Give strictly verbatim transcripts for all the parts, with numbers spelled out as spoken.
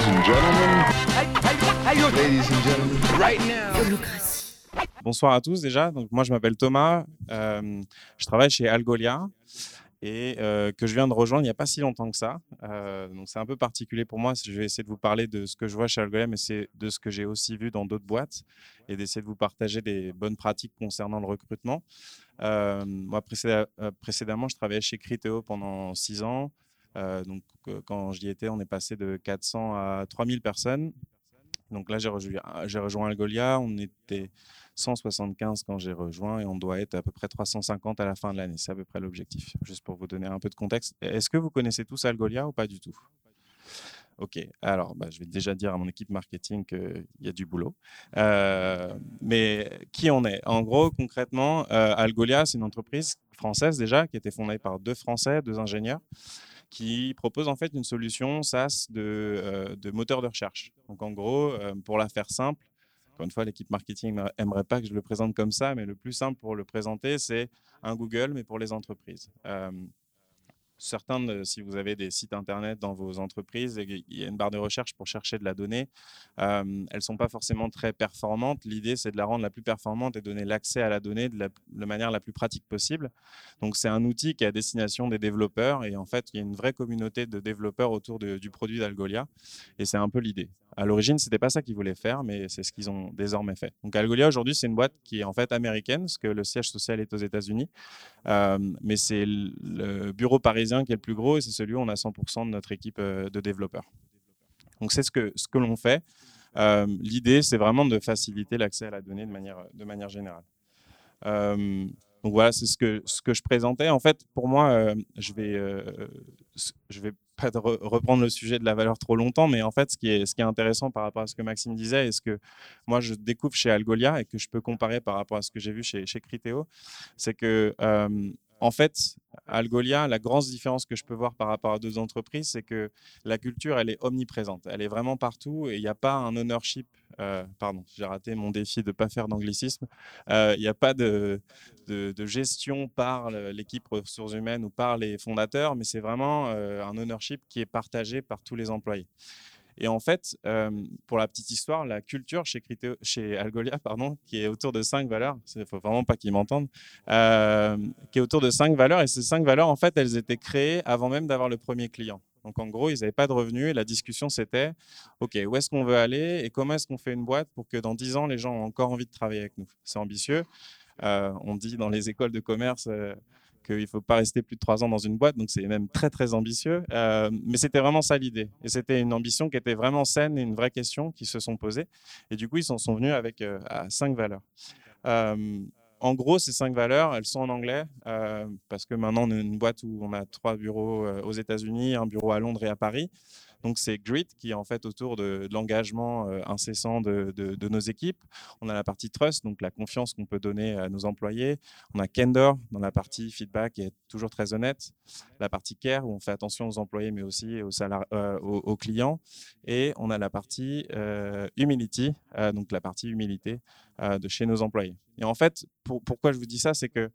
and gentlemen, ladies and gentlemen, right now. Holacracy. Bonsoir à tous déjà. Donc, moi, je m'appelle Thomas. Euh, je travaille chez Algolia et euh, que je viens de rejoindre il n'y a pas si longtemps que ça. Euh, donc, c'est un peu particulier pour moi. Je vais essayer de vous parler de ce que je vois chez Algolia, mais c'est de ce que j'ai aussi vu dans d'autres boîtes et d'essayer de vous partager des bonnes pratiques concernant le recrutement. Euh, moi, précéd- euh, précédemment, je travaillais chez Criteo pendant six ans. Euh, donc, euh, quand j'y étais, on est passé de quatre cents à trois mille personnes. Donc là, j'ai rejoint, j'ai rejoint Algolia. On était cent soixante-quinze quand j'ai rejoint et on doit être à peu près trois cent cinquante à la fin de l'année. C'est à peu près l'objectif, juste pour vous donner un peu de contexte. Est-ce que vous connaissez tous Algolia ou pas du tout? Ok, alors bah, je vais déjà dire à mon équipe marketing qu'il y a du boulot. Euh, mais qui on est? En gros, concrètement, euh, Algolia, c'est une entreprise française déjà qui a été fondée par deux Français, deux ingénieurs, qui propose en fait une solution SaaS de, euh, de moteur de recherche. Donc en gros, euh, pour la faire simple, encore une fois, l'équipe marketing n'aimerait pas que je le présente comme ça, mais le plus simple pour le présenter, c'est un Google, mais pour les entreprises. Euh, Certains, de, si vous avez des sites internet dans vos entreprises, il y a une barre de recherche pour chercher de la donnée. Euh, elles ne sont pas forcément très performantes. L'idée, c'est de la rendre la plus performante et donner l'accès à la donnée de la de manière la plus pratique possible. Donc, c'est un outil qui est à destination des développeurs. Et en fait, il y a une vraie communauté de développeurs autour de, du produit d'Algolia. Et c'est un peu l'idée. À l'origine, ce n'était pas ça qu'ils voulaient faire, mais c'est ce qu'ils ont désormais fait. Donc, Algolia, aujourd'hui, c'est une boîte qui est en fait américaine, parce que le siège social est aux États-Unis. Euh, mais c'est le bureau parisien qui est le plus gros et c'est celui où on a cent pour cent de notre équipe de développeurs. Donc, c'est ce que, ce que l'on fait. Euh, l'idée, c'est vraiment de faciliter l'accès à la donnée de manière, de manière générale. Euh, donc voilà, c'est ce que, ce que je présentais. En fait, pour moi, euh, je vais, euh, je vais pas re reprendre le sujet de la valeur trop longtemps, mais en fait, ce qui est, ce qui est intéressant par rapport à ce que Maxime disait et ce que moi je découvre chez Algolia et que je peux comparer par rapport à ce que j'ai vu chez, chez Criteo, c'est que euh, en fait, Algolia, la grande différence que je peux voir par rapport à d'autres entreprises, c'est que la culture, elle est omniprésente. Elle est vraiment partout et il n'y a pas un ownership. Euh, pardon, j'ai raté mon défi de ne pas faire d'anglicisme. Euh, il n'y a pas de, de, de gestion par l'équipe ressources humaines ou par les fondateurs, mais c'est vraiment euh, un ownership qui est partagé par tous les employés. Et en fait, euh, pour la petite histoire, la culture chez, Criteo, chez Algolia, pardon, qui est autour de cinq valeurs, il ne faut vraiment pas qu'ils m'entendent, euh, qui est autour de cinq valeurs. Et ces cinq valeurs, en fait, elles étaient créées avant même d'avoir le premier client. Donc, en gros, ils n'avaient pas de revenus et la discussion, c'était OK, où est-ce qu'on veut aller et comment est-ce qu'on fait une boîte pour que dans dix ans, les gens ont encore envie de travailler avec nous. C'est ambitieux. Euh, on dit dans les écoles de commerce euh, qu'il ne faut pas rester plus de trois ans dans une boîte, donc c'est même très, très ambitieux. Euh, mais c'était vraiment ça l'idée. Et c'était une ambition qui était vraiment saine et une vraie question qui se sont posées. Et du coup, ils s'en sont venus avec euh, à cinq valeurs. Euh, en gros, ces cinq valeurs, elles sont en anglais euh, parce que maintenant, on est une boîte où on a trois bureaux euh, aux États-Unis, un bureau à Londres et à Paris. Donc, c'est Grit qui est en fait autour de, de l'engagement euh, incessant de, de, de nos équipes. On a la partie Trust, donc la confiance qu'on peut donner à nos employés. On a Candor dans la partie feedback qui est toujours très honnête. La partie Care où on fait attention aux employés mais aussi aux, salari- euh, aux, aux clients. Et on a la partie euh, Humility, euh, donc la partie humilité euh, de chez nos employés. Et en fait, pour, pourquoi je vous dis ça, c'est que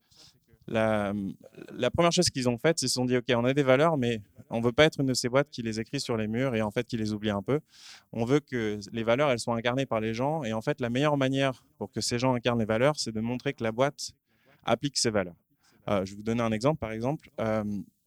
la, la première chose qu'ils ont faite, c'est qu'ils se sont dit, OK, on a des valeurs, mais on ne veut pas être une de ces boîtes qui les écrit sur les murs et en fait qui les oublie un peu. On veut que les valeurs, elles soient incarnées par les gens. Et en fait, la meilleure manière pour que ces gens incarnent les valeurs, c'est de montrer que la boîte applique ces valeurs. Euh, je vais vous donner un exemple, par exemple. Euh,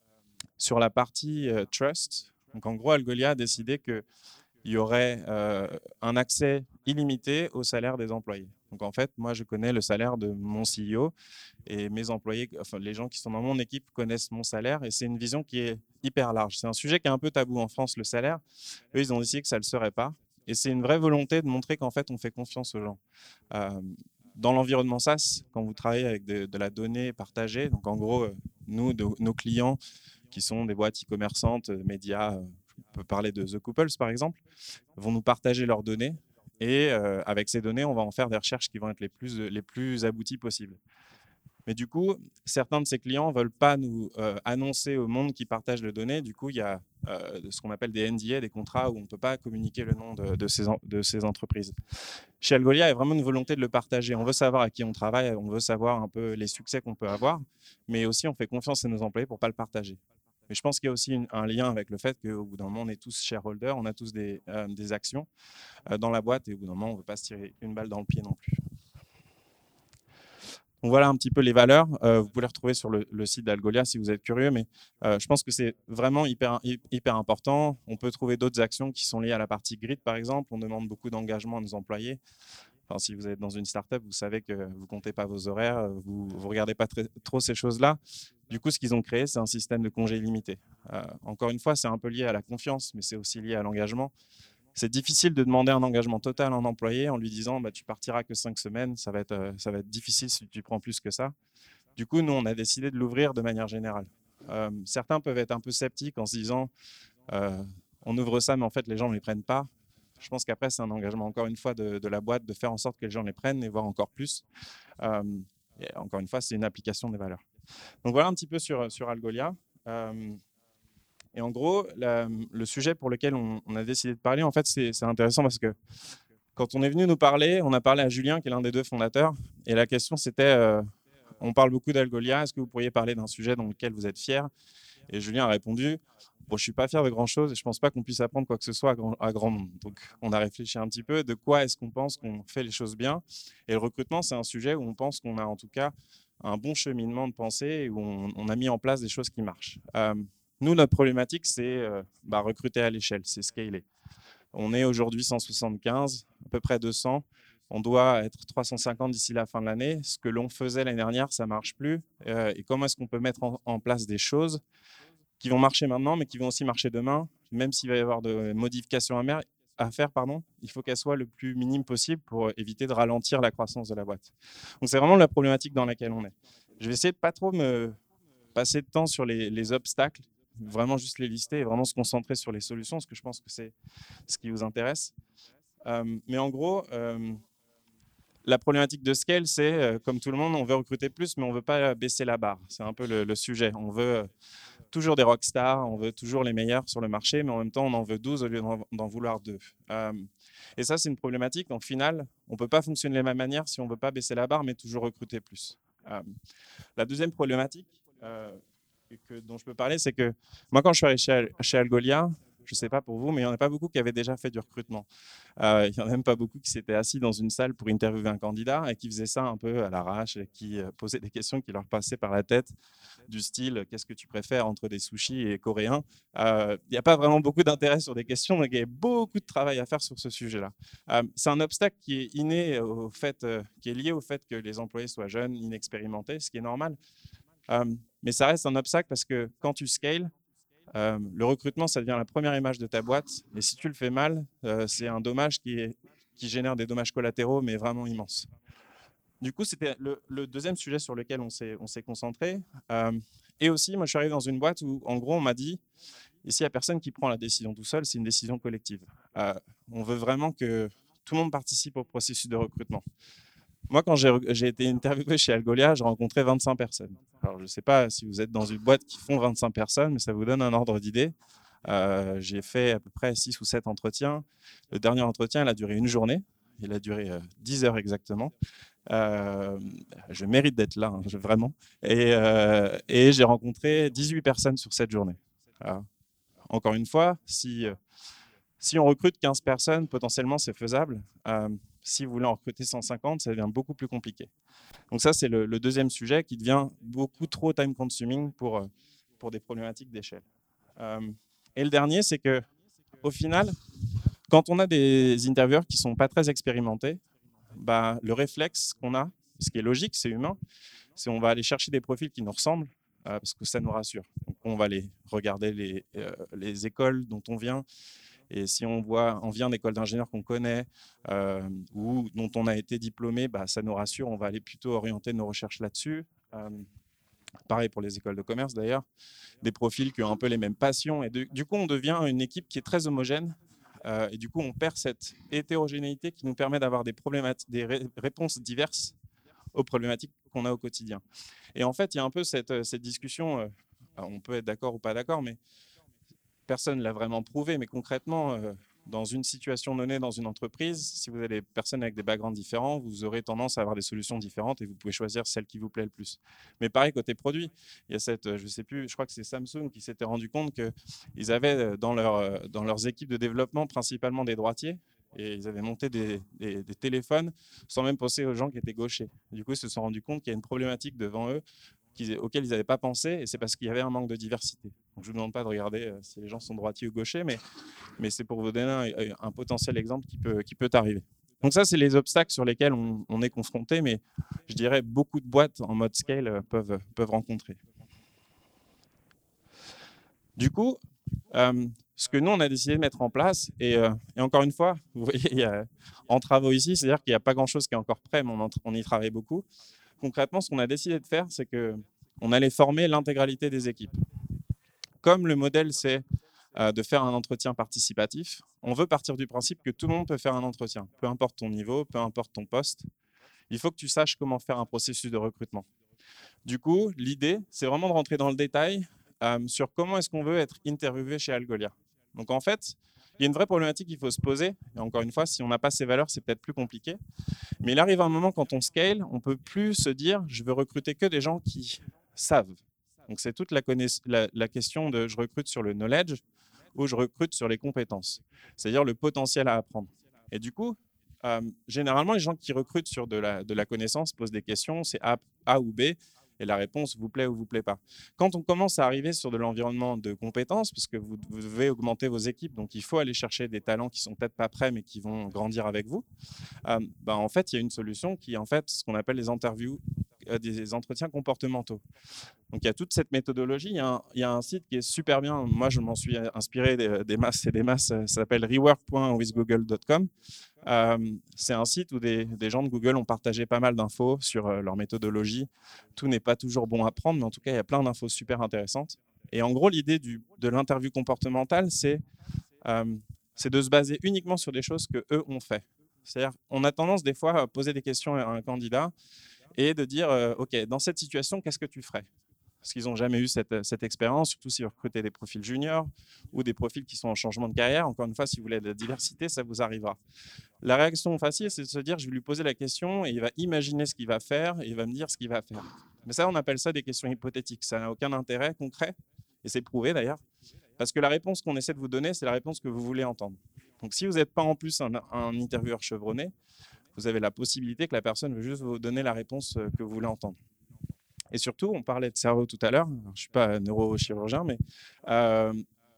sur la partie euh, Trust, donc en gros, Algolia a décidé qu'il y aurait euh, un accès illimité au salaire des employés. Donc en fait, moi, je connais le salaire de mon C E O et mes employés, enfin les gens qui sont dans mon équipe connaissent mon salaire et c'est une vision qui est hyper large. C'est un sujet qui est un peu tabou en France, le salaire. Eux, ils ont décidé que ça ne le serait pas. Et c'est une vraie volonté de montrer qu'en fait, on fait confiance aux gens. Euh, dans l'environnement SaaS, quand vous travaillez avec de, de la donnée partagée, donc en gros, nous, de, nos clients qui sont des boîtes e-commerçantes, médias, on peut parler de The Couples par exemple, vont nous partager leurs données. Et euh, avec ces données, on va en faire des recherches qui vont être les plus, les plus abouties possibles. Mais du coup, certains de ces clients ne veulent pas nous euh, annoncer au monde qui partage les données. Du coup, il y a euh, ce qu'on appelle des N D A, des contrats où on ne peut pas communiquer le nom de, de, ces, en, de ces entreprises. Chez Algolia, il y a vraiment une volonté de le partager. On veut savoir à qui on travaille, on veut savoir un peu les succès qu'on peut avoir, mais aussi on fait confiance à nos employés pour ne pas le partager. Mais je pense qu'il y a aussi une, un lien avec le fait qu'au bout d'un moment, on est tous shareholders, on a tous des, euh, des actions euh, dans la boîte et au bout d'un moment, on ne veut pas se tirer une balle dans le pied non plus. Donc voilà un petit peu les valeurs. Euh, vous pouvez les retrouver sur le, le site d'Algolia si vous êtes curieux, mais euh, je pense que c'est vraiment hyper, hyper important. On peut trouver d'autres actions qui sont liées à la partie grid, par exemple. On demande beaucoup d'engagement à nos employés. Enfin, si vous êtes dans une startup, vous savez que vous ne comptez pas vos horaires, vous ne regardez pas très, trop ces choses-là. Du coup, ce qu'ils ont créé, c'est un système de congés illimité. Euh, encore une fois, c'est un peu lié à la confiance, mais c'est aussi lié à l'engagement. C'est difficile de demander un engagement total à un employé en lui disant bah, « tu partiras que cinq semaines, ça va, être, euh, ça va être difficile si tu prends plus que ça ». Du coup, nous, on a décidé de l'ouvrir de manière générale. Euh, certains peuvent être un peu sceptiques en se disant euh, « on ouvre ça, mais en fait, les gens ne les prennent pas ». Je pense qu'après, c'est un engagement, encore une fois, de, de la boîte de faire en sorte que les gens les prennent et voir encore plus. Euh, et encore une fois, c'est une application des valeurs. Donc voilà un petit peu sur, sur Algolia. Euh, et en gros, la, le sujet pour lequel on, on a décidé de parler, en fait, c'est intéressant parce que quand on est venu nous parler, on a parlé à Julien, qui est l'un des deux fondateurs, et la question c'était, euh, on parle beaucoup d'Algolia, est-ce que vous pourriez parler d'un sujet dans lequel vous êtes fier? Et Julien a répondu, bon, je ne suis pas fier de grand-chose et je ne pense pas qu'on puisse apprendre quoi que ce soit à grand, à grand monde. Donc, on a réfléchi un petit peu de quoi est-ce qu'on pense qu'on fait les choses bien. Et le recrutement, c'est un sujet où on pense qu'on a en tout cas un bon cheminement de pensée, où on, on a mis en place des choses qui marchent. Euh, nous, notre problématique, c'est euh, bah, recruter à l'échelle, c'est scaler. On est aujourd'hui cent soixante-quinze, à peu près deux cents. On doit être trois cent cinquante d'ici la fin de l'année. Ce que l'on faisait l'année dernière, ça ne marche plus. Euh, et comment est-ce qu'on peut mettre en, en place des choses qui vont marcher maintenant, mais qui vont aussi marcher demain, même s'il va y avoir de modifications à faire, pardon, il faut qu'elles soient le plus minime possible pour éviter de ralentir la croissance de la boîte. Donc c'est vraiment la problématique dans laquelle on est. Je vais essayer de pas trop me passer de temps sur les, les obstacles, vraiment juste les lister et vraiment se concentrer sur les solutions, parce que je pense que c'est ce qui vous intéresse. Euh, mais en gros, euh, la problématique de scale, c'est, euh, comme tout le monde, on veut recruter plus, mais on ne veut pas baisser la barre. C'est un peu le, le sujet. On veut euh, toujours des rockstars, on veut toujours les meilleurs sur le marché, mais en même temps, on en veut douze au lieu d'en vouloir deux. Euh, et ça, c'est une problématique. En final, on ne peut pas fonctionner de la même manière si on ne veut pas baisser la barre, mais toujours recruter plus. Euh, la deuxième problématique euh, que, dont je peux parler, c'est que moi, quand je suis arrivé chez, chez Algolia, je ne sais pas pour vous, mais il n'y en a pas beaucoup qui avaient déjà fait du recrutement. Euh, il n'y en a même pas beaucoup qui s'étaient assis dans une salle pour interviewer un candidat et qui faisaient ça un peu à l'arrache, et qui euh, posaient des questions qui leur passaient par la tête, du style « qu'est-ce que tu préfères entre des sushis et coréens ?» euh, Il n'y a pas vraiment beaucoup d'intérêt sur des questions, donc il y a beaucoup de travail à faire sur ce sujet-là. Euh, C'est un obstacle qui est inné au fait, euh, qui est lié au fait que les employés soient jeunes, inexpérimentés, ce qui est normal. Euh, mais ça reste un obstacle parce que quand tu scales, Euh, le recrutement, ça devient la première image de ta boîte. Et si tu le fais mal, euh, c'est un dommage qui, est, qui génère des dommages collatéraux, mais vraiment immenses. Du coup, c'était le, le deuxième sujet sur lequel on s'est concentré. Euh, et aussi, moi, je suis arrivé dans une boîte où, en gros, on m'a dit, ici, il n'y a personne qui prend la décision tout seul, c'est une décision collective. Euh, on veut vraiment que tout le monde participe au processus de recrutement. Moi, quand j'ai été interviewé chez Algolia, j'ai rencontré vingt-cinq personnes. Alors, je ne sais pas si vous êtes dans une boîte qui font vingt-cinq personnes, mais ça vous donne un ordre d'idée. Euh, j'ai fait à peu près six ou sept entretiens. Le dernier entretien, il a duré une journée. Il a duré euh, dix heures exactement. Euh, je mérite d'être là, hein, je, vraiment. Et, euh, et j'ai rencontré dix-huit personnes sur cette journée. Alors, encore une fois, si, si on recrute quinze personnes, potentiellement, c'est faisable. Euh, Si vous voulez en recruter cent cinquante, ça devient beaucoup plus compliqué. Donc ça, c'est le, le deuxième sujet qui devient beaucoup trop time-consuming pour, pour des problématiques d'échelle. Euh, et le dernier, c'est qu'au final, quand on a des intervieweurs qui ne sont pas très expérimentés, bah, le réflexe qu'on a, ce qui est logique, c'est humain, c'est qu'on va aller chercher des profils qui nous ressemblent euh, parce que ça nous rassure. Donc on va aller regarder les, euh, les écoles dont on vient. Et si on, voit, on vient d'écoles d'ingénieurs qu'on connaît euh, ou dont on a été diplômé, bah, ça nous rassure, on va aller plutôt orienter nos recherches là-dessus. Euh, pareil pour les écoles de commerce d'ailleurs, des profils qui ont un peu les mêmes passions. Et de, du coup, on devient une équipe qui est très homogène. Euh, et du coup, on perd cette hétérogénéité qui nous permet d'avoir des, des ré réponses diverses aux problématiques qu'on a au quotidien. Et en fait, il y a un peu cette, cette discussion, euh, on peut être d'accord ou pas d'accord, mais personne ne l'a vraiment prouvé, mais concrètement, euh, dans une situation donnée dans une entreprise, si vous avez des personnes avec des backgrounds différents, vous aurez tendance à avoir des solutions différentes et vous pouvez choisir celle qui vous plaît le plus. Mais pareil, côté produit, il y a cette, je ne sais plus, je crois que c'est Samsung qui s'était rendu compte qu'ils avaient dans, leur, dans leurs équipes de développement principalement des droitiers et ils avaient monté des, des, des téléphones sans même penser aux gens qui étaient gauchers. Du coup, ils se sont rendus compte qu'il y a une problématique devant eux auxquels ils n'avaient pas pensé, et c'est parce qu'il y avait un manque de diversité. Donc, je ne vous demande pas de regarder euh, si les gens sont droitiers ou gauchers, mais, mais c'est pour vous donner un, un potentiel exemple qui peut, qui peut arriver. Donc ça, c'est les obstacles sur lesquels on, on est confronté, mais je dirais beaucoup de boîtes en mode scale euh, peuvent, peuvent rencontrer. Du coup, euh, ce que nous, on a décidé de mettre en place, et, euh, et encore une fois, vous voyez, il y a, en travaux ici, c'est-à-dire qu'il n'y a pas grand-chose qui est encore prêt, mais on, en, on y travaille beaucoup. Concrètement, ce qu'on a décidé de faire, c'est qu'on allait former l'intégralité des équipes. Comme le modèle, c'est euh, de faire un entretien participatif, on veut partir du principe que tout le monde peut faire un entretien, peu importe ton niveau, peu importe ton poste. Il faut que tu saches comment faire un processus de recrutement. Du coup, l'idée, c'est vraiment de rentrer dans le détail euh, sur comment est-ce qu'on veut être interviewé chez Algolia. Donc en fait, il y a une vraie problématique qu'il faut se poser. Et encore une fois, si on n'a pas ces valeurs, c'est peut-être plus compliqué. Mais il arrive un moment quand on scale, on ne peut plus se dire « je veux recruter que des gens qui savent ». Donc c'est toute la, la, la question de « je recrute sur le knowledge » ou « je recrute sur les compétences », c'est-à-dire le potentiel à apprendre. Et du coup, euh, généralement, les gens qui recrutent sur de la, de la connaissance posent des questions, c'est A, A ou B, et la réponse vous plaît ou vous plaît pas. Quand on commence à arriver sur de l'environnement de compétences, parce que vous, vous devez augmenter vos équipes, donc il faut aller chercher des talents qui sont peut-être pas prêts, mais qui vont grandir avec vous, euh, ben, en fait, il y a une solution qui est en fait ce qu'on appelle les interviews, euh, des entretiens comportementaux. Donc il y a toute cette méthodologie, il y a un, il y a un site qui est super bien, moi je m'en suis inspiré des, des masses et des masses, ça s'appelle rework point with google point com. Euh, c'est un site où des, des gens de Google ont partagé pas mal d'infos sur euh, leur méthodologie. Tout n'est pas toujours bon à prendre, mais en tout cas, il y a plein d'infos super intéressantes. Et en gros, l'idée du, de l'interview comportementale, c'est euh, de se baser uniquement sur des choses qu'eux ont fait. C'est-à-dire, on a tendance des fois à poser des questions à un candidat et de dire, euh, OK, dans cette situation, qu'est-ce que tu ferais ? Parce qu'ils n'ont jamais eu cette, cette expérience, surtout si vous recrutez des profils juniors ou des profils qui sont en changement de carrière. Encore une fois, si vous voulez de la diversité, ça vous arrivera. La réaction facile, c'est de se dire, je vais lui poser la question et il va imaginer ce qu'il va faire et il va me dire ce qu'il va faire. Mais ça, on appelle ça des questions hypothétiques. Ça n'a aucun intérêt concret, et c'est prouvé d'ailleurs, parce que la réponse qu'on essaie de vous donner, c'est la réponse que vous voulez entendre. Donc si vous n'êtes pas en plus un, un intervieweur chevronné, vous avez la possibilité que la personne veut juste vous donner la réponse que vous voulez entendre. Et surtout, on parlait de cerveau tout à l'heure, je ne suis pas neurochirurgien, mais euh,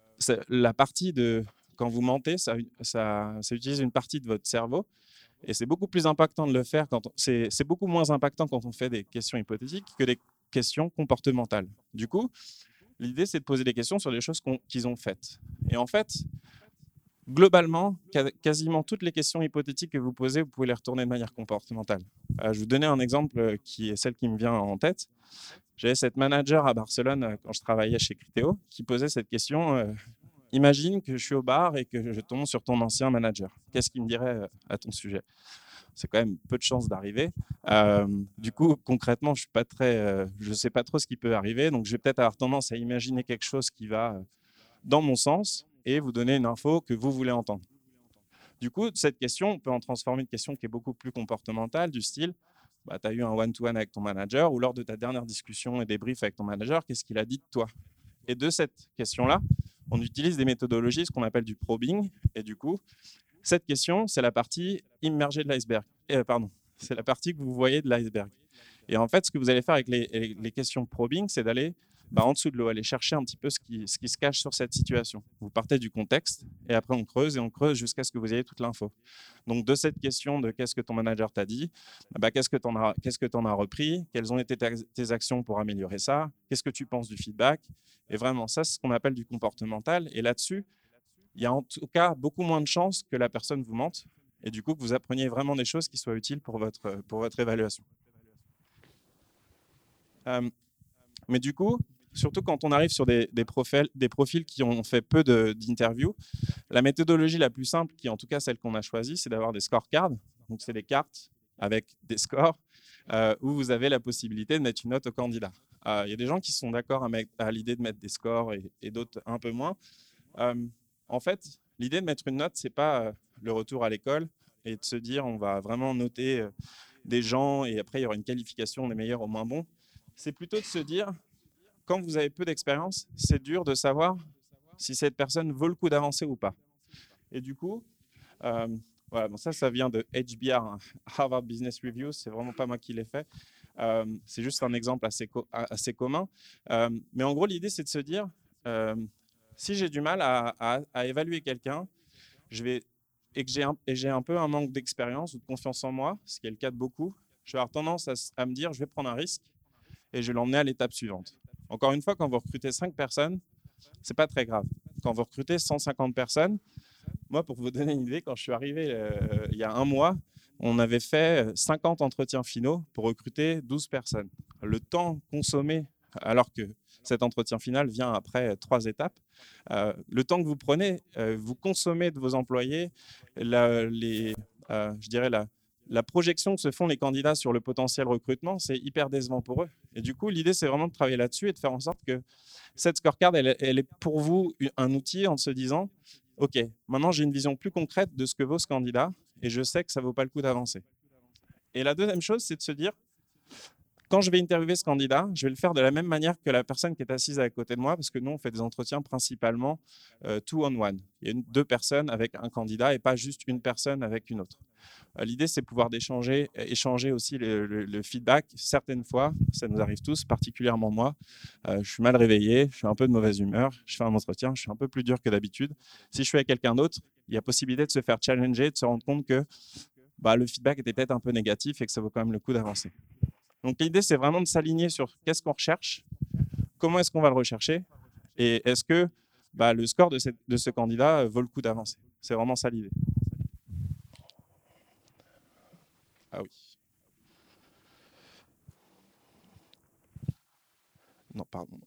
la partie de, quand vous mentez, ça, ça, ça utilise une partie de votre cerveau, et c'est beaucoup plus impactant de le faire, c'est beaucoup moins impactant quand on fait des questions hypothétiques que des questions comportementales. Du coup, l'idée, c'est de poser des questions sur les choses qu'ils ont faites. Et en fait, globalement, quasiment toutes les questions hypothétiques que vous posez, vous pouvez les retourner de manière comportementale. Euh, je vais vous donner un exemple qui est celle qui me vient en tête. J'avais cette manager à Barcelone quand je travaillais chez Criteo qui posait cette question. Euh, imagine que je suis au bar et que je tombe sur ton ancien manager. Qu'est-ce qu'il me dirait à ton sujet ? C'est quand même peu de chances d'arriver. Euh, du coup, concrètement, je ne euh, sais pas trop ce qui peut arriver. Donc, je vais peut-être avoir tendance à imaginer quelque chose qui va dans mon sens et vous donner une info que vous voulez entendre. Du coup, cette question, on peut en transformer une question qui est beaucoup plus comportementale, du style, bah, tu as eu un one-to-one avec ton manager, ou lors de ta dernière discussion et débrief avec ton manager, qu'est-ce qu'il a dit de toi? Et de cette question-là, on utilise des méthodologies, ce qu'on appelle du probing, et du coup, cette question, c'est la partie immergée de l'iceberg. Euh, pardon, c'est la partie que vous voyez de l'iceberg. Et en fait, ce que vous allez faire avec les, les questions probing, c'est d'aller bah, en dessous de l'eau, aller chercher un petit peu ce qui, ce qui se cache sur cette situation. Vous partez du contexte et après on creuse et on creuse jusqu'à ce que vous ayez toute l'info. Donc de cette question de qu'est-ce que ton manager t'a dit, bah, qu'est-ce que tu en as, qu'est-ce que tu en as repris, quelles ont été tes actions pour améliorer ça, qu'est-ce que tu penses du feedback. Et vraiment, ça, c'est ce qu'on appelle du comportemental. Et là-dessus, il y a en tout cas beaucoup moins de chances que la personne vous mente et du coup que vous appreniez vraiment des choses qui soient utiles pour votre, pour votre évaluation. Euh, mais du coup, surtout quand on arrive sur des, des, profils, des profils qui ont fait peu d'interviews, la méthodologie la plus simple, qui est en tout cas celle qu'on a choisie, c'est d'avoir des scorecards. Donc, c'est des cartes avec des scores euh, où vous avez la possibilité de mettre une note au candidat. Il euh, y a des gens qui sont d'accord à, à l'idée de mettre des scores et, et d'autres un peu moins. Euh, en fait, l'idée de mettre une note, ce n'est pas euh, le retour à l'école et de se dire on va vraiment noter euh, des gens et après il y aura une qualification des meilleurs aux moins bons. C'est plutôt de se dire, quand vous avez peu d'expérience, c'est dur de savoir si cette personne vaut le coup d'avancer ou pas. Et du coup, euh, voilà, bon, ça, ça vient de H B R, hein, Harvard Business Review, c'est vraiment pas moi qui l'ai fait. Euh, c'est juste un exemple assez, co assez commun. Euh, mais en gros, l'idée, c'est de se dire, euh, si j'ai du mal à, à, à évaluer quelqu'un, je vais et que j'ai un, un peu un manque d'expérience ou de confiance en moi, ce qui est le cas de beaucoup, je vais avoir tendance à, à me dire, je vais prendre un risque et je vais l'emmener à l'étape suivante. Encore une fois, quand vous recrutez cinq personnes, c'est pas très grave. Quand vous recrutez cent cinquante personnes, moi, pour vous donner une idée, quand je suis arrivé euh, il y a un mois, on avait fait cinquante entretiens finaux pour recruter douze personnes. Le temps consommé, alors que cet entretien final vient après trois étapes, euh, le temps que vous prenez, euh, vous consommez de vos employés, la, les, euh, je dirais la, la projection que se font les candidats sur le potentiel recrutement, c'est hyper décevant pour eux. Et du coup, l'idée, c'est vraiment de travailler là-dessus et de faire en sorte que cette scorecard, elle, elle est pour vous un outil en se disant, OK, maintenant j'ai une vision plus concrète de ce que vaut ce candidat et je sais que ça ne vaut pas le coup d'avancer. Et la deuxième chose, c'est de se dire, quand je vais interviewer ce candidat, je vais le faire de la même manière que la personne qui est assise à côté de moi, parce que nous, on fait des entretiens principalement euh, two on one. Il y a une, deux personnes avec un candidat et pas juste une personne avec une autre. Euh, L'idée, c'est de pouvoir d'échanger, échanger aussi le, le, le feedback. Certaines fois, ça nous arrive tous, particulièrement moi, euh, je suis mal réveillé, je suis un peu de mauvaise humeur, je fais un entretien, je suis un peu plus dur que d'habitude. Si je suis avec quelqu'un d'autre, il y a possibilité de se faire challenger, de se rendre compte que bah, le feedback était peut-être un peu négatif et que ça vaut quand même le coup d'avancer. Donc l'idée, c'est vraiment de s'aligner sur qu'est-ce qu'on recherche, comment est-ce qu'on va le rechercher, et est-ce que bah, le score de, cette, de ce candidat vaut le coup d'avancer. C'est vraiment ça l'idée. Ah oui. Non, pardon.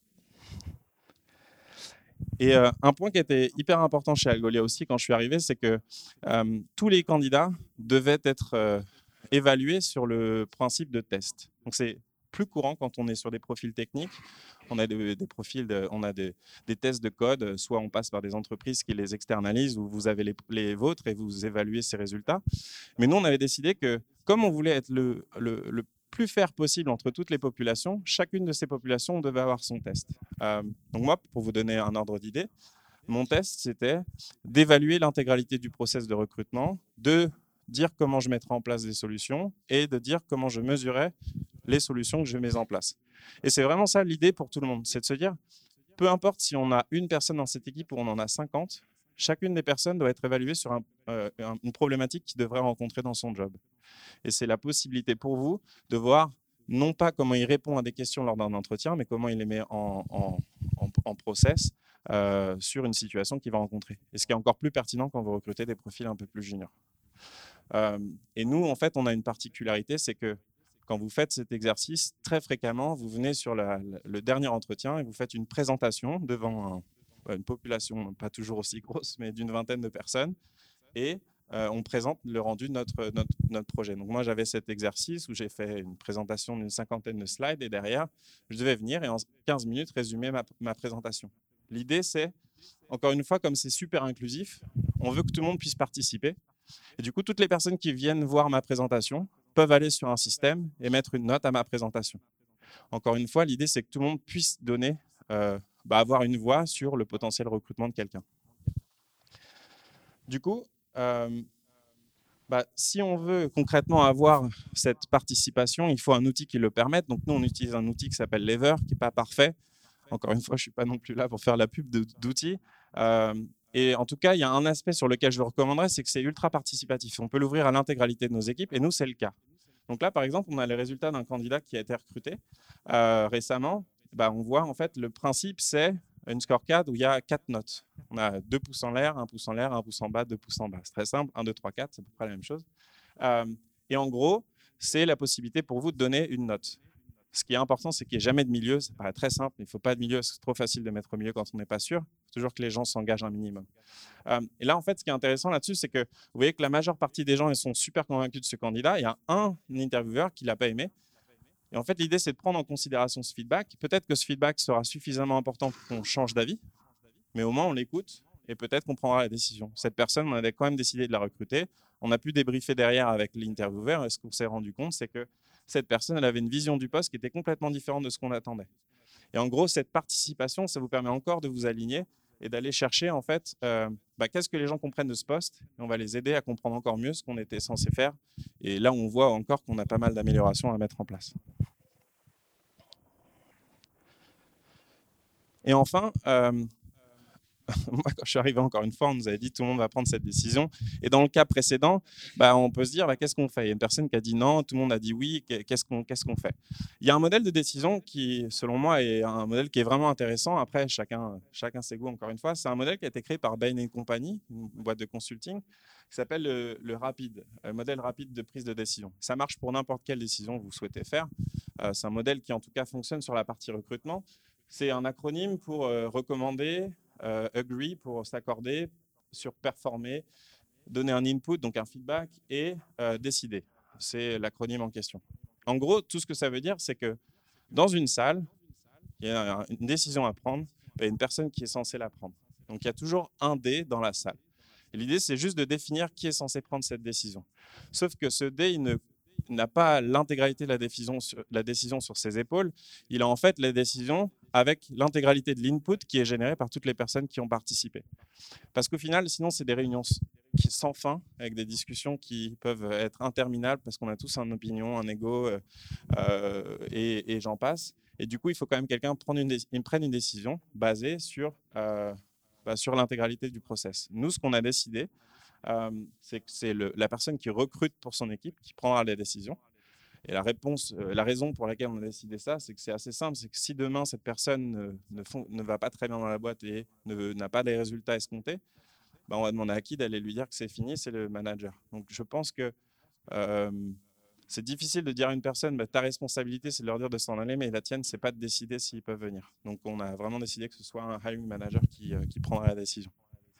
Et euh, un point qui était hyper important chez Algolia aussi quand je suis arrivé, c'est que euh, tous les candidats devaient être euh, évalués sur le principe de test. Donc c'est plus courant quand on est sur des profils techniques. On a des, des profils, de, on a des, des tests de code, soit on passe par des entreprises qui les externalisent ou vous avez les, les vôtres et vous évaluez ces résultats. Mais nous, on avait décidé que comme on voulait être le, le, le plus fair possible entre toutes les populations, chacune de ces populations devait avoir son test. Euh, donc moi, pour vous donner un ordre d'idée, mon test, c'était d'évaluer l'intégralité du process de recrutement, de dire comment je mettrais en place des solutions et de dire comment je mesurais les solutions que je mets en place. Et c'est vraiment ça l'idée pour tout le monde, c'est de se dire, peu importe si on a une personne dans cette équipe ou on en a cinquante, chacune des personnes doit être évaluée sur un, euh, une problématique qu'il devrait rencontrer dans son job. Et c'est la possibilité pour vous de voir non pas comment il répond à des questions lors d'un entretien, mais comment il les met en, en, en, en process euh, sur une situation qu'il va rencontrer. Et ce qui est encore plus pertinent quand vous recrutez des profils un peu plus juniors. Euh, et nous, en fait, on a une particularité, c'est que quand vous faites cet exercice, très fréquemment, vous venez sur la, le dernier entretien et vous faites une présentation devant un, une population pas toujours aussi grosse, mais d'une vingtaine de personnes. Et euh, on présente le rendu de notre, notre, notre projet. Donc moi, j'avais cet exercice où j'ai fait une présentation d'une cinquantaine de slides et derrière, je devais venir et en quinze minutes résumer ma, ma présentation. L'idée, c'est, encore une fois, comme c'est super inclusif, on veut que tout le monde puisse participer. Et du coup, toutes les personnes qui viennent voir ma présentation peuvent aller sur un système et mettre une note à ma présentation. Encore une fois, l'idée, c'est que tout le monde puisse donner, euh, bah, avoir une voix sur le potentiel recrutement de quelqu'un. Du coup, euh, bah, si on veut concrètement avoir cette participation, il faut un outil qui le permette. Donc nous, on utilise un outil qui s'appelle Lever, qui n'est pas parfait. Encore une fois, je ne suis pas non plus là pour faire la pub d'outils. Euh, et en tout cas, il y a un aspect sur lequel je le recommanderais, c'est que c'est ultra participatif. On peut l'ouvrir à l'intégralité de nos équipes, et nous, c'est le cas. Donc là, par exemple, on a les résultats d'un candidat qui a été recruté euh, récemment. Bah, on voit, en fait, le principe, c'est une scorecard où il y a quatre notes. On a deux pouces en l'air, un pouce en l'air, un pouce en bas, deux pouces en bas. C'est très simple, un, deux, trois, quatre, c'est à peu près la même chose. Euh, et en gros, c'est la possibilité pour vous de donner une note. Ce qui est important, c'est qu'il n'y ait jamais de milieu. Ça paraît très simple, mais il ne faut pas de milieu. C'est trop facile de mettre au milieu quand on n'est pas sûr. Il faut toujours que les gens s'engagent un minimum. Euh, et là, en fait, ce qui est intéressant là-dessus, c'est que vous voyez que la majeure partie des gens ils sont super convaincus de ce candidat. Il y a un intervieweur qui ne l'a pas aimé. Et en fait, l'idée, c'est de prendre en considération ce feedback. Peut-être que ce feedback sera suffisamment important pour qu'on change d'avis, mais au moins, on l'écoute et peut-être qu'on prendra la décision. Cette personne, on avait quand même décidé de la recruter. On a pu débriefer derrière avec l'intervieweur, et ce qu'on s'est rendu compte, c'est que cette personne, elle avait une vision du poste qui était complètement différente de ce qu'on attendait. Et en gros, cette participation, ça vous permet encore de vous aligner et d'aller chercher, en fait, euh, bah, qu'est-ce que les gens comprennent de ce poste, et on va les aider à comprendre encore mieux ce qu'on était censé faire. Et là, on voit encore qu'on a pas mal d'améliorations à mettre en place. Et enfin, euh, moi, quand je suis arrivé encore une fois, on nous avait dit tout le monde va prendre cette décision. Et dans le cas précédent, bah, on peut se dire bah, qu'est-ce qu'on fait? Il y a une personne qui a dit non, tout le monde a dit oui, qu'est-ce qu'on qu'est-ce qu'on fait? Il y a un modèle de décision qui, selon moi, est un modèle qui est vraiment intéressant. Après, chacun, chacun ses goûts, encore une fois. C'est un modèle qui a été créé par Bain et Company, une boîte de consulting, qui s'appelle le, le RAPID, le modèle rapide de prise de décision. Ça marche pour n'importe quelle décision que vous souhaitez faire. Euh, c'est un modèle qui, en tout cas, fonctionne sur la partie recrutement. C'est un acronyme pour euh, recommander, euh, agree pour s'accorder, sur performer, donner un input, donc un feedback, et euh, décider. C'est l'acronyme en question. En gros, tout ce que ça veut dire, c'est que dans une salle, il y a une décision à prendre, il y a une personne qui est censée la prendre. Donc il y a toujours un dé dans la salle. L'idée, c'est juste de définir qui est censé prendre cette décision. Sauf que ce dé, il ne n'a pas l'intégralité de la décision, sur, la décision sur ses épaules. Il a en fait la décision avec l'intégralité de l'input qui est généré par toutes les personnes qui ont participé. Parce qu'au final, sinon, c'est des réunions sans fin, avec des discussions qui peuvent être interminables parce qu'on a tous une opinion, un ego, euh, et, et j'en passe. Et du coup, il faut quand même quelqu'un prenne une, prenne une décision basée sur, euh, bah, sur l'intégralité du process. Nous, ce qu'on a décidé, Euh, c'est que c'est le, la personne qui recrute pour son équipe qui prendra les décisions. Et la, réponse, euh, la raison pour laquelle on a décidé ça, c'est que c'est assez simple, c'est que si demain cette personne ne, ne, font, ne va pas très bien dans la boîte et ne, n'a pas les résultats escomptés, ben on va demander à qui d'aller lui dire que c'est fini, c'est le manager. Donc je pense que euh, c'est difficile de dire à une personne, bah, ta responsabilité c'est de leur dire de s'en aller, mais la tienne c'est pas de décider s'ils peuvent venir. Donc on a vraiment décidé que ce soit un hiring manager qui, euh, qui prendra la décision.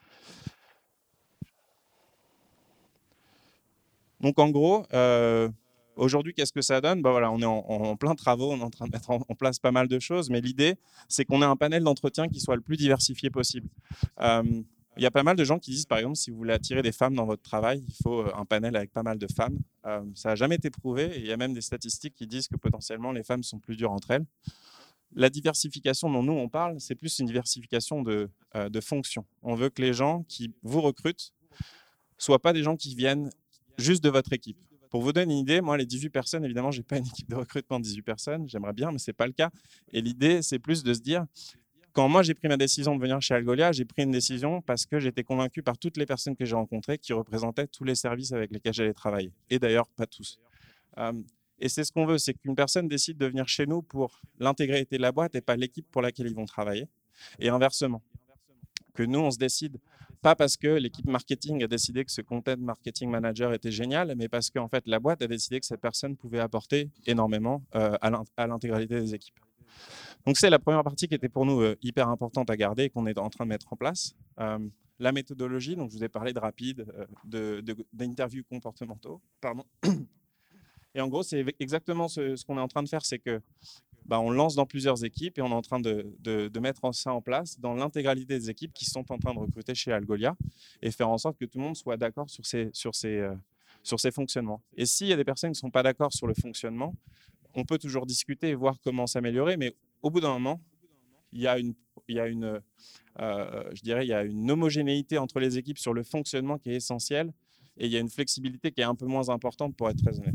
Donc en gros, euh, aujourd'hui, qu'est-ce que ça donne? Ben voilà, on est en, en plein travaux, on est en train de mettre en, en place pas mal de choses, mais l'idée, c'est qu'on ait un panel d'entretien qui soit le plus diversifié possible. Euh, il y a pas mal de gens qui disent, par exemple, si vous voulez attirer des femmes dans votre travail, il faut un panel avec pas mal de femmes. Euh, ça n'a jamais été prouvé, et il y a même des statistiques qui disent que potentiellement les femmes sont plus dures entre elles. La diversification dont nous on parle, c'est plus une diversification de, euh, de fonctions. On veut que les gens qui vous recrutent soient pas des gens qui viennent juste de votre équipe. Pour vous donner une idée, moi, les dix-huit personnes, évidemment, je n'ai pas une équipe de recrutement de dix-huit personnes. J'aimerais bien, mais ce n'est pas le cas. Et l'idée, c'est plus de se dire, quand moi, j'ai pris ma décision de venir chez Algolia, j'ai pris une décision parce que j'étais convaincu par toutes les personnes que j'ai rencontrées qui représentaient tous les services avec lesquels j'allais travailler. Et d'ailleurs, pas tous. Euh, et c'est ce qu'on veut, c'est qu'une personne décide de venir chez nous pour l'intégrité de la boîte et pas l'équipe pour laquelle ils vont travailler. Et inversement, que nous, on se décide pas parce que l'équipe marketing a décidé que ce content marketing manager était génial, mais parce qu'en fait, la boîte a décidé que cette personne pouvait apporter énormément euh, à l'intégralité des équipes. Donc, c'est la première partie qui était pour nous euh, hyper importante à garder et qu'on est en train de mettre en place. Euh, la méthodologie, donc je vous ai parlé de rapide, euh, d'interviews comportementaux. Pardon. Et en gros, c'est exactement ce, ce qu'on est en train de faire, c'est que bah, on lance dans plusieurs équipes et on est en train de, de, de mettre ça en place dans l'intégralité des équipes qui sont en train de recruter chez Algolia et faire en sorte que tout le monde soit d'accord sur ces, sur, ces, euh, sur ces fonctionnements. Et s'il y a des personnes qui ne sont pas d'accord sur le fonctionnement, on peut toujours discuter et voir comment s'améliorer, mais au bout d'un moment, il y a une, il y a une, euh, je dirais, il y a une homogénéité entre les équipes sur le fonctionnement qui est essentielle et il y a une flexibilité qui est un peu moins importante pour être très honnête.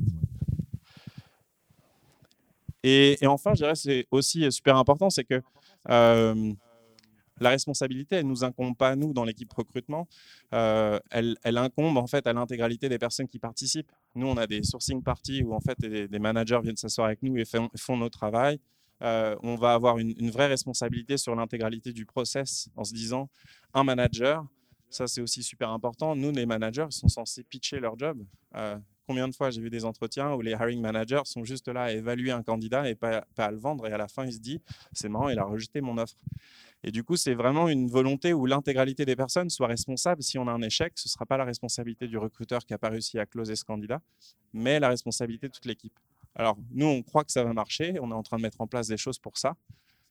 Et, et enfin, je dirais, c'est aussi super important, c'est que euh, la responsabilité, elle ne nous incombe pas à nous dans l'équipe recrutement, euh, elle, elle incombe en fait à l'intégralité des personnes qui participent. Nous, on a des sourcing parties où en fait des, des managers viennent s'asseoir avec nous et font, font notre travail. Euh, on va avoir une, une vraie responsabilité sur l'intégralité du process en se disant un manager, ça c'est aussi super important. Nous, les managers, sont censés pitcher leur job. Euh, Combien de fois j'ai vu des entretiens où les hiring managers sont juste là à évaluer un candidat et pas, pas à le vendre, et à la fin il se dit c'est marrant, il a rejeté mon offre. Et du coup, c'est vraiment une volonté où l'intégralité des personnes soit responsable. Si on a un échec, ce ne sera pas la responsabilité du recruteur qui n'a pas réussi à closer ce candidat, mais la responsabilité de toute l'équipe. Alors nous, on croit que ça va marcher, on est en train de mettre en place des choses pour ça,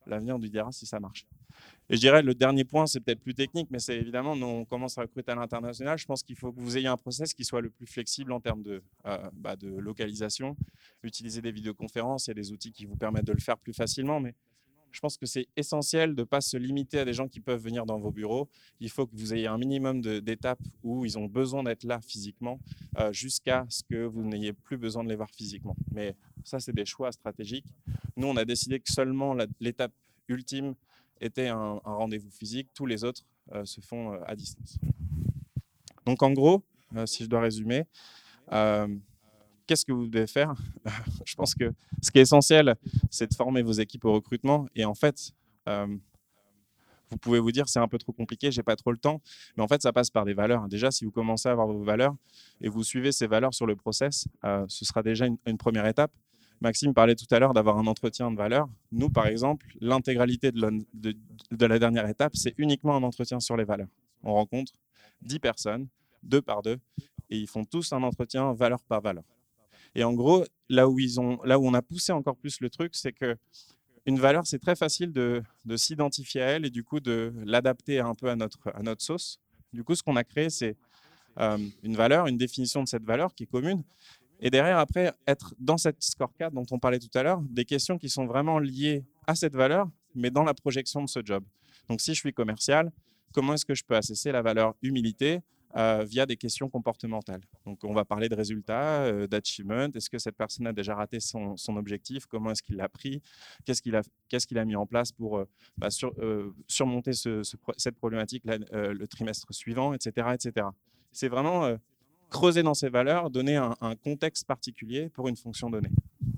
l'avenir nous dira si ça marche. Et je dirais, le dernier point, c'est peut-être plus technique, mais c'est évidemment, nous, on commence à recruter à l'international. Je pense qu'il faut que vous ayez un process qui soit le plus flexible en termes de, euh, bah, de localisation. Utiliser des vidéoconférences, il y a des outils qui vous permettent de le faire plus facilement, mais je pense que c'est essentiel de ne pas se limiter à des gens qui peuvent venir dans vos bureaux. Il faut que vous ayez un minimum d'étapes où ils ont besoin d'être là physiquement euh, jusqu'à ce que vous n'ayez plus besoin de les voir physiquement. Mais ça, c'est des choix stratégiques. Nous, on a décidé que seulement l'étape ultime était un, un rendez-vous physique. Tous les autres euh, se font euh, à distance. Donc, en gros, euh, si je dois résumer, euh, qu'est-ce que vous devez faire? Je pense que ce qui est essentiel, c'est de former vos équipes au recrutement. Et en fait, euh, vous pouvez vous dire, c'est un peu trop compliqué, j'ai pas trop le temps. Mais en fait, ça passe par des valeurs. Déjà, si vous commencez à avoir vos valeurs et vous suivez ces valeurs sur le process, euh, ce sera déjà une, une première étape. Maxime parlait tout à l'heure d'avoir un entretien de valeurs. Nous, par exemple, l'intégralité de, de, de la dernière étape, c'est uniquement un entretien sur les valeurs. On rencontre dix personnes, deux par deux, et ils font tous un entretien valeur par valeur. Et en gros, là où, ils ont, là où on a poussé encore plus le truc, c'est qu'une valeur, c'est très facile de, de s'identifier à elle et du coup de l'adapter un peu à notre, à notre sauce. Du coup, ce qu'on a créé, c'est euh, une valeur, une définition de cette valeur qui est commune. Et derrière, après, être dans cette scorecard dont on parlait tout à l'heure, des questions qui sont vraiment liées à cette valeur, mais dans la projection de ce job. Donc, si je suis commercial, comment est-ce que je peux assesser la valeur humilité euh, via des questions comportementales? Donc, on va parler de résultats, euh, d'achievement. Est-ce que cette personne a déjà raté son, son objectif? Comment est-ce qu'il l'a pris? Qu'est-ce qu'il a, qu'est-ce qu'il a mis en place pour euh, bah, sur, euh, surmonter ce, ce, cette problématique là, euh, le trimestre suivant, et cetera, et cetera. C'est vraiment... Euh, creuser dans ces valeurs, donner un, un contexte particulier pour une fonction donnée.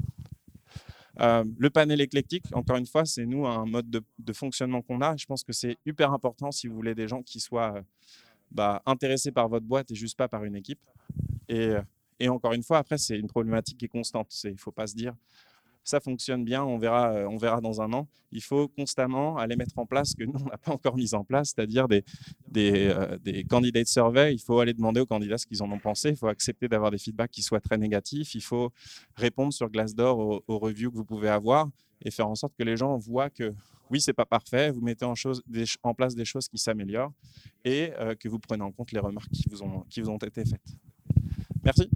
Euh, le panel éclectique, encore une fois, c'est nous un mode de, de fonctionnement qu'on a. Je pense que c'est hyper important si vous voulez des gens qui soient euh, bah, intéressés par votre boîte et juste pas par une équipe. Et, et encore une fois, après, c'est une problématique qui est constante. Il ne faut pas se dire ça fonctionne bien, on verra, on verra dans un an. Il faut constamment aller mettre en place ce que nous, on n'a pas encore mis en place, c'est-à-dire des, des, euh, des candidate surveys. Il faut aller demander aux candidats ce qu'ils en ont pensé. Il faut accepter d'avoir des feedbacks qui soient très négatifs. Il faut répondre sur Glassdoor aux, aux reviews que vous pouvez avoir et faire en sorte que les gens voient que oui, ce n'est pas parfait, vous mettez en, chose, des, en place des choses qui s'améliorent et euh, que vous prenez en compte les remarques qui vous ont, qui vous ont été faites. Merci.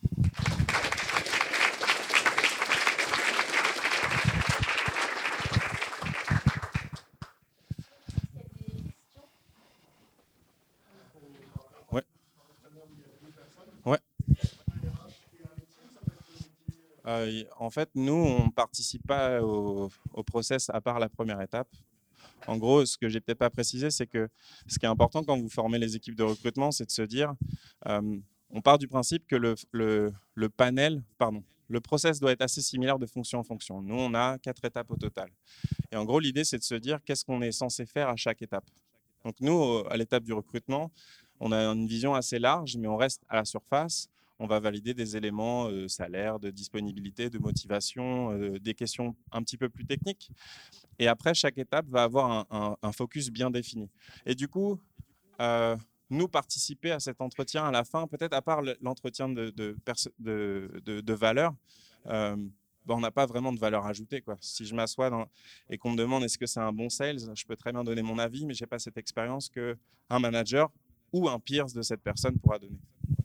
Euh, en fait, nous, on ne participe pas au, au process à part la première étape. En gros, ce que je n'ai peut-être pas précisé, c'est que ce qui est important quand vous formez les équipes de recrutement, c'est de se dire, euh, on part du principe que le, le, le panel, pardon, le process doit être assez similaire de fonction en fonction. Nous, on a quatre étapes au total. Et en gros, l'idée, c'est de se dire qu'est-ce qu'on est censé faire à chaque étape. Donc nous, à l'étape du recrutement, on a une vision assez large, mais on reste à la surface. On va valider des éléments de salaire, de disponibilité, de motivation, euh, des questions un petit peu plus techniques. Et après, chaque étape va avoir un, un, un focus bien défini. Et du coup, euh, nous participer à cet entretien à la fin, peut-être à part l'entretien de, de, de, de, de valeur, euh, ben on n'a pas vraiment de valeur ajoutée, quoi. Si je m'assois et qu'on me demande est-ce que c'est un bon sales, je peux très bien donner mon avis, mais je n'ai pas cette expérience qu'un manager ou un peers de cette personne pourra donner.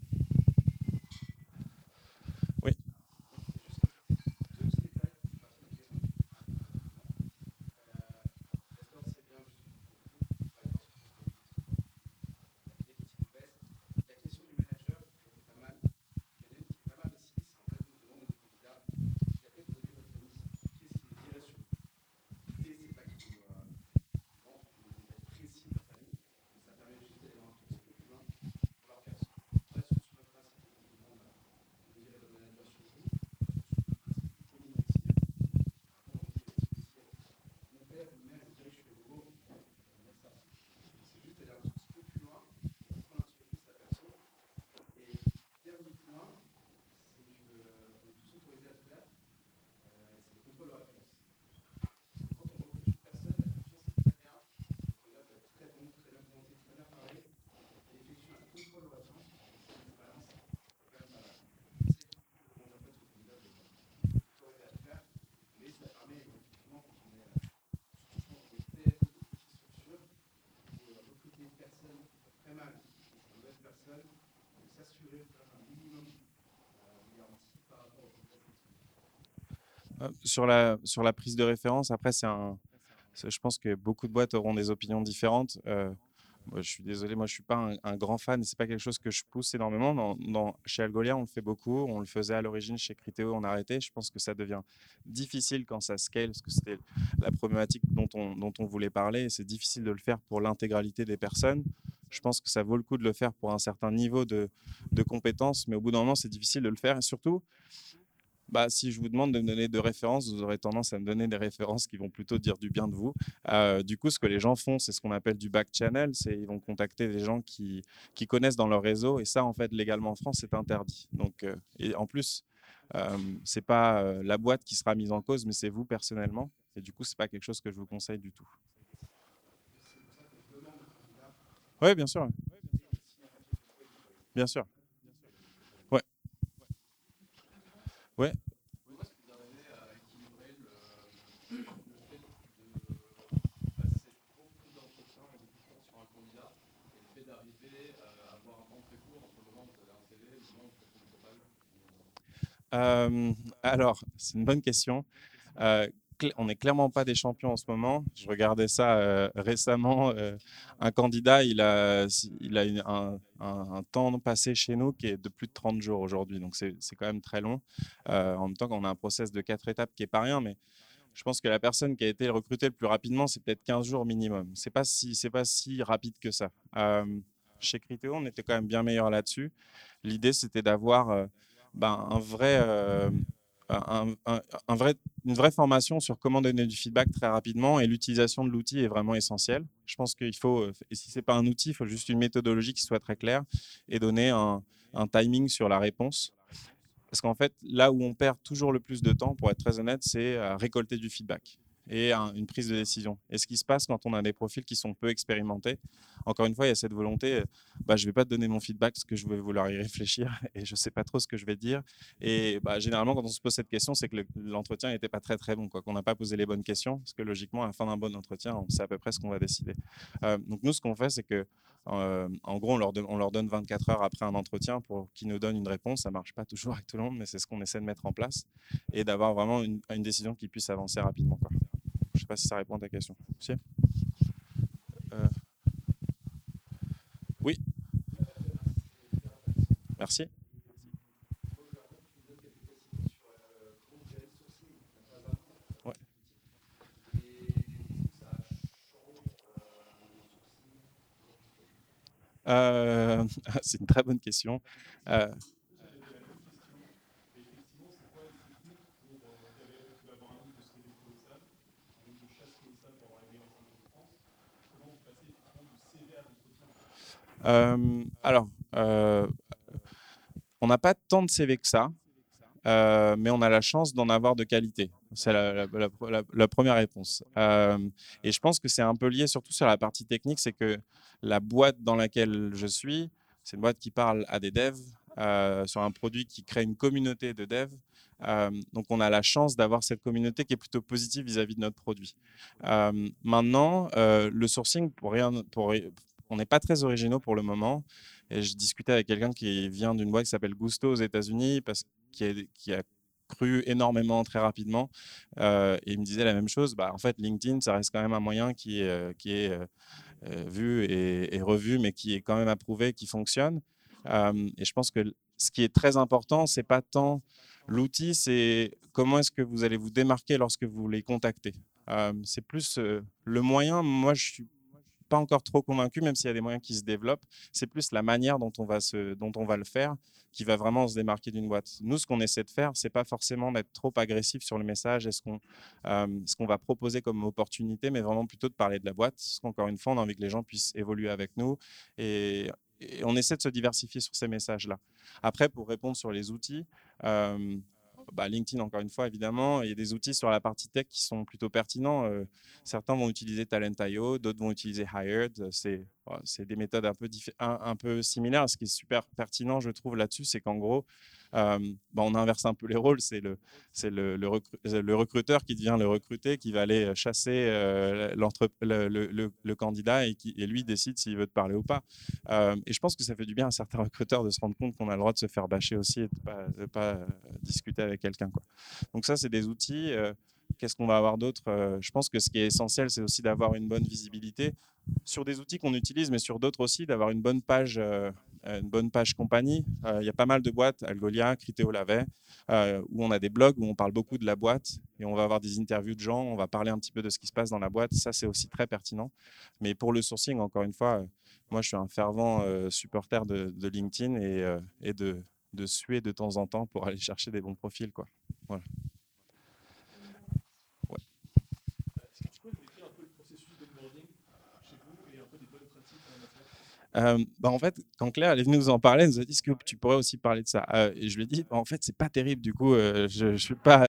Oui. Euh, Sur la, sur la prise de référence, après, c'est un, c'est- je pense que beaucoup de boîtes auront des opinions différentes. Euh, moi, je suis désolé, moi je suis pas un, un grand fan, c'est pas quelque chose que je pousse énormément. Dans, dans- chez Algolia, on le fait beaucoup, on le faisait à l'origine chez Criteo, on a arrêté. Je pense que ça devient difficile quand ça scale, parce que c'était la problématique dont on, dont on voulait parler, et c'est difficile de le faire pour l'intégralité des personnes. Je pense que ça vaut le coup de le faire pour un certain niveau de, de compétences, mais au bout d'un moment, c'est difficile de le faire, et surtout, bah, si je vous demande de me donner deux références, vous aurez tendance à me donner des références qui vont plutôt dire du bien de vous. Euh, du coup, ce que les gens font, c'est ce qu'on appelle du back channel, c'est ils vont contacter des gens qui, qui connaissent dans leur réseau, et ça, en fait, légalement en France, c'est interdit. Donc, euh, et en plus, euh, c'est pas euh, la boîte qui sera mise en cause, mais c'est vous personnellement. Et du coup, c'est pas quelque chose que je vous conseille du tout. Oui, bien sûr, bien sûr. Ouais, ouais. Euh, alors, c'est une bonne question. Euh, on n'est clairement pas des champions en ce moment. Je regardais ça euh, récemment. Euh, un candidat, il a, il a une- un, un- un temps passé chez nous qui est de plus de trente jours aujourd'hui. Donc, c'est c'est quand même très long. Euh, en même temps qu'on a un process de quatre étapes qui est pas rien, mais je pense que la personne qui a été recrutée le plus rapidement, c'est peut-être quinze jours minimum. C'est pas si, c'est pas si rapide que ça. Euh, chez Criteo, on était quand même bien meilleur là-dessus. L'idée, c'était d'avoir euh, ben, un vrai, euh, un, un- un vrai, une vraie formation sur comment donner du feedback très rapidement, et l'utilisation de l'outil est vraiment essentielle. Je pense qu'il faut, euh, et si c'est pas un outil, il faut juste une méthodologie qui soit très claire et donner un, un timing sur la réponse. Parce qu'en fait, là où on perd toujours le plus de temps, pour être très honnête, c'est à récolter du feedback et un- une prise de décision. Et ce qui se passe quand on a des profils qui sont peu expérimentés, encore une fois, il y a cette volonté, euh, bah, je ne vais pas te donner mon feedback parce que je vais vouloir y réfléchir et je ne sais pas trop ce que je vais te dire. Et bah, généralement, quand on se pose cette question, c'est que le- l'entretien n'était pas très très bon, quoi, qu'on n'a pas posé les bonnes questions, parce que logiquement, à la fin d'un bon entretien, on sait à peu près ce qu'on va décider. Euh, donc nous, ce qu'on fait, c'est que euh, en gros, on leur, donne, on leur donne vingt-quatre heures après un entretien pour qu'ils nous donnent une réponse. Ça ne marche pas toujours avec tout le monde, mais c'est ce qu'on essaie de mettre en place et d'avoir vraiment une, une décision qui puisse avancer rapidement, quoi. Je ne sais pas si ça répond à ta question. Si. Euh, oui, merci. Ouais. Euh, c'est une très bonne question. Euh, euh, alors, euh, on n'a pas tant de C V que ça. Euh, mais on a la chance d'en avoir de qualité. C'est la, la- la- la- la première réponse. Euh, et je pense que c'est un peu lié surtout sur la partie technique, c'est que la boîte dans laquelle je suis, c'est une boîte qui parle à des devs euh, sur un produit qui crée une communauté de devs. Euh, donc on a la chance d'avoir cette communauté qui est plutôt positive vis-à-vis de notre produit. Euh, maintenant, euh, le sourcing, pour rien, pour, on n'est pas très originaux pour le moment. Et je discutais avec quelqu'un qui vient d'une boîte qui s'appelle Gusto aux États-Unis, parce qui, est, qui a cru énormément très rapidement. Euh, et il me disait la même chose. Bah, en fait, LinkedIn, ça reste quand même un moyen qui est, euh, qui est euh, euh, vu et, et revu, mais qui est quand même approuvé, qui fonctionne. Euh, et je pense que ce qui est très important, c'est pas tant l'outil, c'est comment est-ce que vous allez vous démarquer lorsque vous les contactez. Euh, c'est plus euh, le moyen. Moi, je suis pas encore trop convaincu, même s'il y a des moyens qui se développent. C'est plus la manière dont on va, se, dont on va le faire qui va vraiment se démarquer d'une boîte. Nous, ce qu'on essaie de faire, c'est pas forcément d'être trop agressif sur le message et ce qu'on euh, ce qu'on va proposer comme opportunité, mais vraiment plutôt de parler de la boîte. Parce qu'encore une fois, on a envie que les gens puissent évoluer avec nous et, et on essaie de se diversifier sur ces messages-là. Après, pour répondre sur les outils, euh, bah, LinkedIn, encore une fois, évidemment, il y a des outils sur la partie tech qui sont plutôt pertinents. Euh, certains vont utiliser Talent point i o, d'autres vont utiliser Hired. C'est c'est des méthodes un peu, un, un peu similaires. Ce qui est super pertinent, je trouve, là-dessus, c'est qu'en gros, euh, bah, on inverse un peu les rôles. C'est le, c'est le, le, recru le recruteur qui devient le recruté, qui va aller chasser euh, le, le, le, le candidat et, qui, et lui décide s'il veut te parler ou pas. Euh, et je pense que ça fait du bien à certains recruteurs de se rendre compte qu'on a le droit de se faire bâcher aussi et de ne pas, de pas euh, discuter avec quelqu'un, quoi. Donc ça, c'est des outils. Euh, Qu'est-ce qu'on va avoir d'autre? euh, Je pense que ce qui est essentiel, c'est aussi d'avoir une bonne visibilité sur des outils qu'on utilise, mais sur d'autres aussi, d'avoir une bonne page, euh, une bonne page compagnie. Euh, il y a pas mal de boîtes, Algolia, Criteo l'avait, euh, où on a des blogs où on parle beaucoup de la boîte et on va avoir des interviews de gens, on va parler un petit peu de ce qui se passe dans la boîte. Ça, c'est aussi très pertinent. Mais pour le sourcing, encore une fois, euh, moi, je suis un fervent euh, supporter de, de LinkedIn et, euh, et de, de suer de temps en temps pour aller chercher des bons profils, quoi. Voilà. Euh, bah en fait, quand Claire elle est venue nous en parler, elle nous a dit: est-ce que tu pourrais aussi parler de ça? euh, Et je lui ai dit: bah, en fait, c'est pas terrible. Du coup, euh, je, je suis pas,